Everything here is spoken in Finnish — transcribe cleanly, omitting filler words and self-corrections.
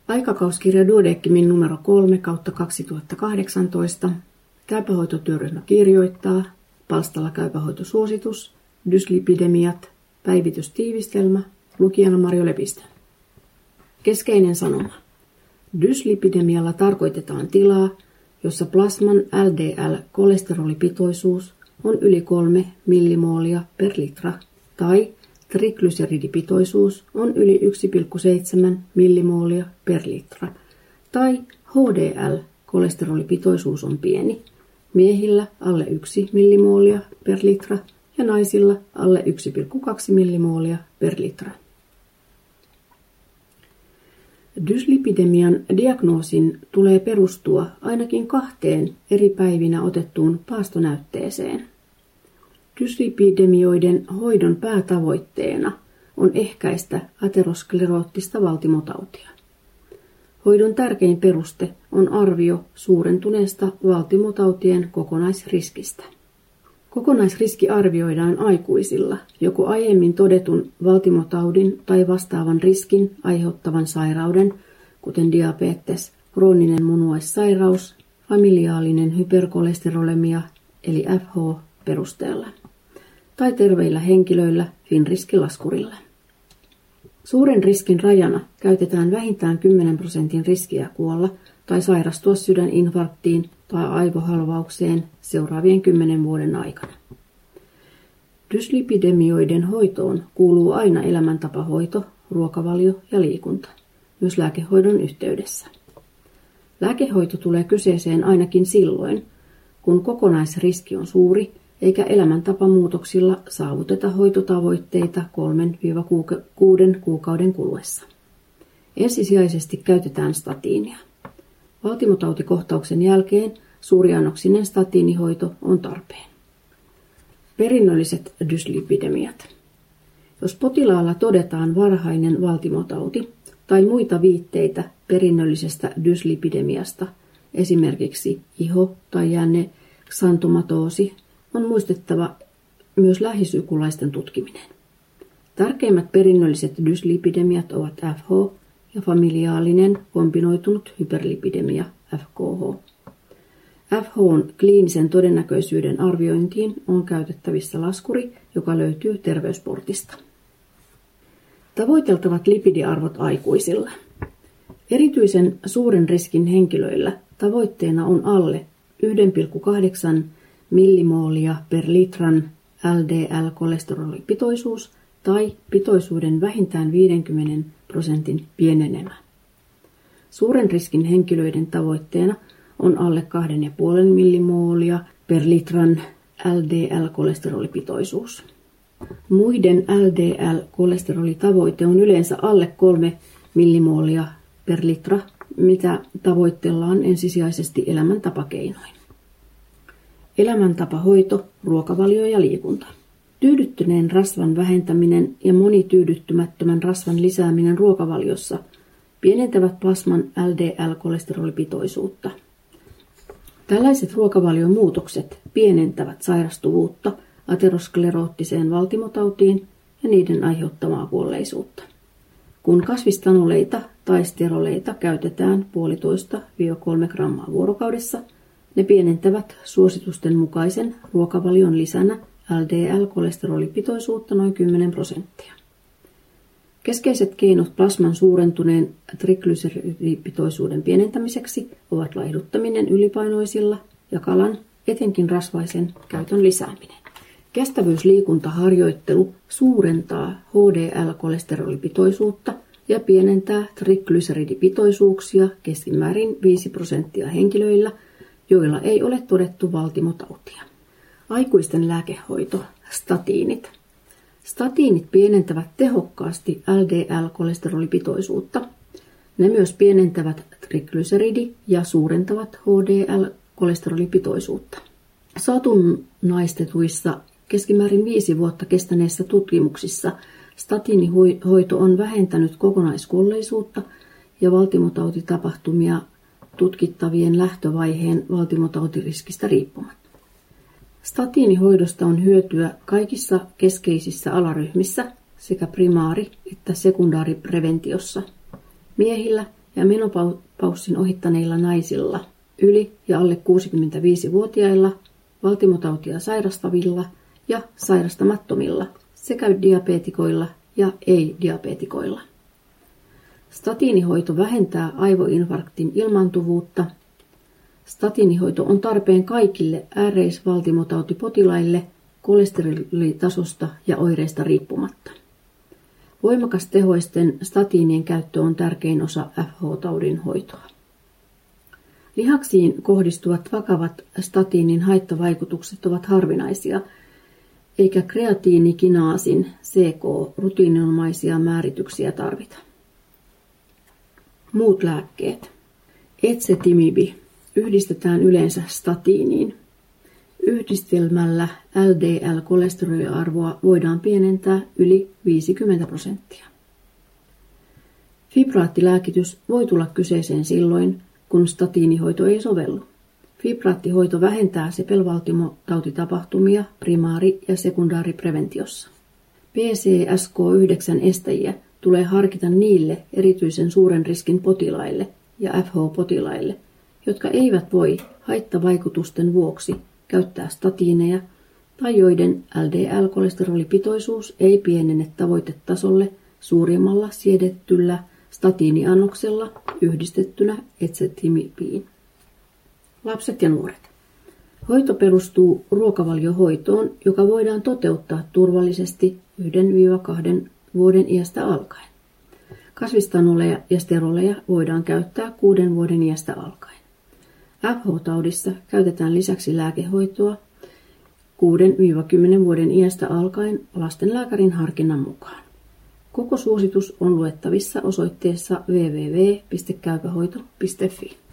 Aikakauskirja Duodecimin numero 3/2018. Käypähoitotyöryhmä kirjoittaa. Palstalla käypähoitosuositus. Dyslipidemiat. Päivitystiivistelmä. Lukijana Marjo Lepistö. Keskeinen sanoma. Dyslipidemialla tarkoitetaan tilaa, jossa plasman LDL-kolesterolipitoisuus on yli 3 millimoolia per litra tai triglyseridipitoisuus on yli 1,7 millimoolia per litra tai HDL-kolesterolipitoisuus on pieni, miehillä alle 1 millimoolia per litra ja naisilla alle 1,2 millimoolia per litra. Dyslipidemian diagnoosin tulee perustua ainakin 2 eri päivinä otettuun paastonäytteeseen. Dyslipidemioiden hoidon päätavoitteena on ehkäistä ateroskleroottista valtimotautia. Hoidon tärkein peruste on arvio suurentuneesta valtimotautien kokonaisriskistä. Kokonaisriski arvioidaan aikuisilla joko aiemmin todetun valtimotaudin tai vastaavan riskin aiheuttavan sairauden, kuten diabetes, krooninen munuaissairaus, familiaalinen hyperkolesterolemia eli FH perusteella, tai terveillä henkilöillä FIN-riskilaskurilla. Suuren riskin rajana käytetään vähintään 10% riskiä kuolla tai sairastua sydäninfarktiin tai aivohalvaukseen seuraavien 10 vuoden aikana. Dyslipidemioiden hoitoon kuuluu aina elämäntapahoito, ruokavalio ja liikunta, myös lääkehoidon yhteydessä. Lääkehoito tulee kyseeseen ainakin silloin, kun kokonaisriski on suuri eikä elämäntapamuutoksilla saavuteta hoitotavoitteita 3-6 kuukauden kuluessa. Ensisijaisesti käytetään statiinia. Valtimotautikohtauksen jälkeen suuriannoksinen statiinihoito on tarpeen. Perinnölliset dyslipidemiat. Jos potilaalla todetaan varhainen valtimotauti tai muita viitteitä perinnöllisestä dyslipidemiasta, esimerkiksi iho- tai jänne-xantomatoosi, on muistettava myös lähisukulaisten tutkiminen. Tärkeimmät perinnölliset dyslipidemiat ovat FH ja familiaalinen kombinoitunut hyperlipidemia FKH. FH:n kliinisen todennäköisyyden arviointiin on käytettävissä laskuri, joka löytyy terveysportista. Tavoiteltavat lipidiarvot aikuisilla. Erityisen suuren riskin henkilöillä tavoitteena on alle 1,8 millimoolia per litran LDL-kolesterolipitoisuus tai pitoisuuden vähintään 50% pienenemä. Suuren riskin henkilöiden tavoitteena on alle 2,5 millimoolia per litran LDL-kolesterolipitoisuus. Muiden LDL-kolesterolitavoite on yleensä alle 3 millimoolia per litra, mitä tavoitellaan ensisijaisesti elämäntapakeinoin. Elämäntapahoito, ruokavalio ja liikunta. Tyydyttyneen rasvan vähentäminen ja monityydyttymättömän rasvan lisääminen ruokavaliossa pienentävät plasman LDL-kolesterolipitoisuutta. Tällaiset ruokavaliomuutokset pienentävät sairastuvuutta ateroskleroottiseen valtimotautiin ja niiden aiheuttamaa kuolleisuutta. Kun kasvistanoleita tai steroleita käytetään 1,5–3 grammaa vuorokaudessa, ne pienentävät suositusten mukaisen ruokavalion lisänä LDL-kolesterolipitoisuutta noin 10%. Keskeiset keinot plasman suurentuneen triglyseridipitoisuuden pienentämiseksi ovat laihduttaminen ylipainoisilla ja kalan, etenkin rasvaisen, käytön lisääminen. Kestävyysliikuntaharjoittelu suurentaa HDL-kolesterolipitoisuutta ja pienentää triglyseridipitoisuuksia keskimäärin 5% henkilöillä, joilla ei ole todettu valtimotautia. Aikuisten lääkehoito, statiinit. Statiinit pienentävät tehokkaasti LDL-kolesterolipitoisuutta. Ne myös pienentävät triglyseridi- ja suurentavat HDL-kolesterolipitoisuutta. Satunnaistetuissa keskimäärin 5 vuotta kestäneissä tutkimuksissa statiinihoito on vähentänyt kokonaiskuolleisuutta ja valtimotautitapahtumia tutkittavien lähtövaiheen valtimotautiriskistä riippumatta. Statiinihoidosta on hyötyä kaikissa keskeisissä alaryhmissä sekä primaari- että sekundaaripreventiossa. Miehillä ja menopaussin ohittaneilla naisilla, yli ja alle 65-vuotiailla, valtimotautia sairastavilla ja sairastamattomilla sekä diabeetikoilla ja ei-diabeetikoilla. Statiinihoito vähentää aivoinfarktin ilmaantuvuutta. Statiinihoito on tarpeen kaikille ääreisvaltimotautipotilaille kolesterolitasosta ja oireista riippumatta. Voimakastehoisten statiinien käyttö on tärkein osa FH-taudin hoitoa. Lihaksiin kohdistuvat vakavat statiinin haittavaikutukset ovat harvinaisia, eikä kreatiinikinaasin CK-rutiininomaisia määrityksiä tarvita. Muut lääkkeet. Ezetimibi yhdistetään yleensä statiiniin. Yhdistelmällä LDL-kolesteroliarvoa voidaan pienentää yli 50%. Fibraattilääkitys voi tulla kyseeseen silloin, kun statiinihoito ei sovellu. Fibraattihoito vähentää sepelvaltimotautitapahtumia primaari- ja sekundaaripreventiossa. PCSK9 estäjiä tulee harkita niille erityisen suuren riskin potilaille ja FH-potilaille, jotka eivät voi haittavaikutusten vuoksi käyttää statiineja tai joiden LDL-kolesterolipitoisuus ei pienene tavoitetasolle suurimmalla siedettyllä statiiniannoksella yhdistettynä ezetimibiin. Lapset ja nuoret. Hoito perustuu ruokavaliohoitoon, joka voidaan toteuttaa turvallisesti 1-2 vuoden iästä alkaen. Kasvistanoleja ja steroleja voidaan käyttää 6 vuoden iästä alkaen. FH-taudissa käytetään lisäksi lääkehoitoa 6-10 vuoden iästä alkaen lastenlääkärin harkinnan mukaan. Koko suositus on luettavissa osoitteessa www.käypähoito.fi.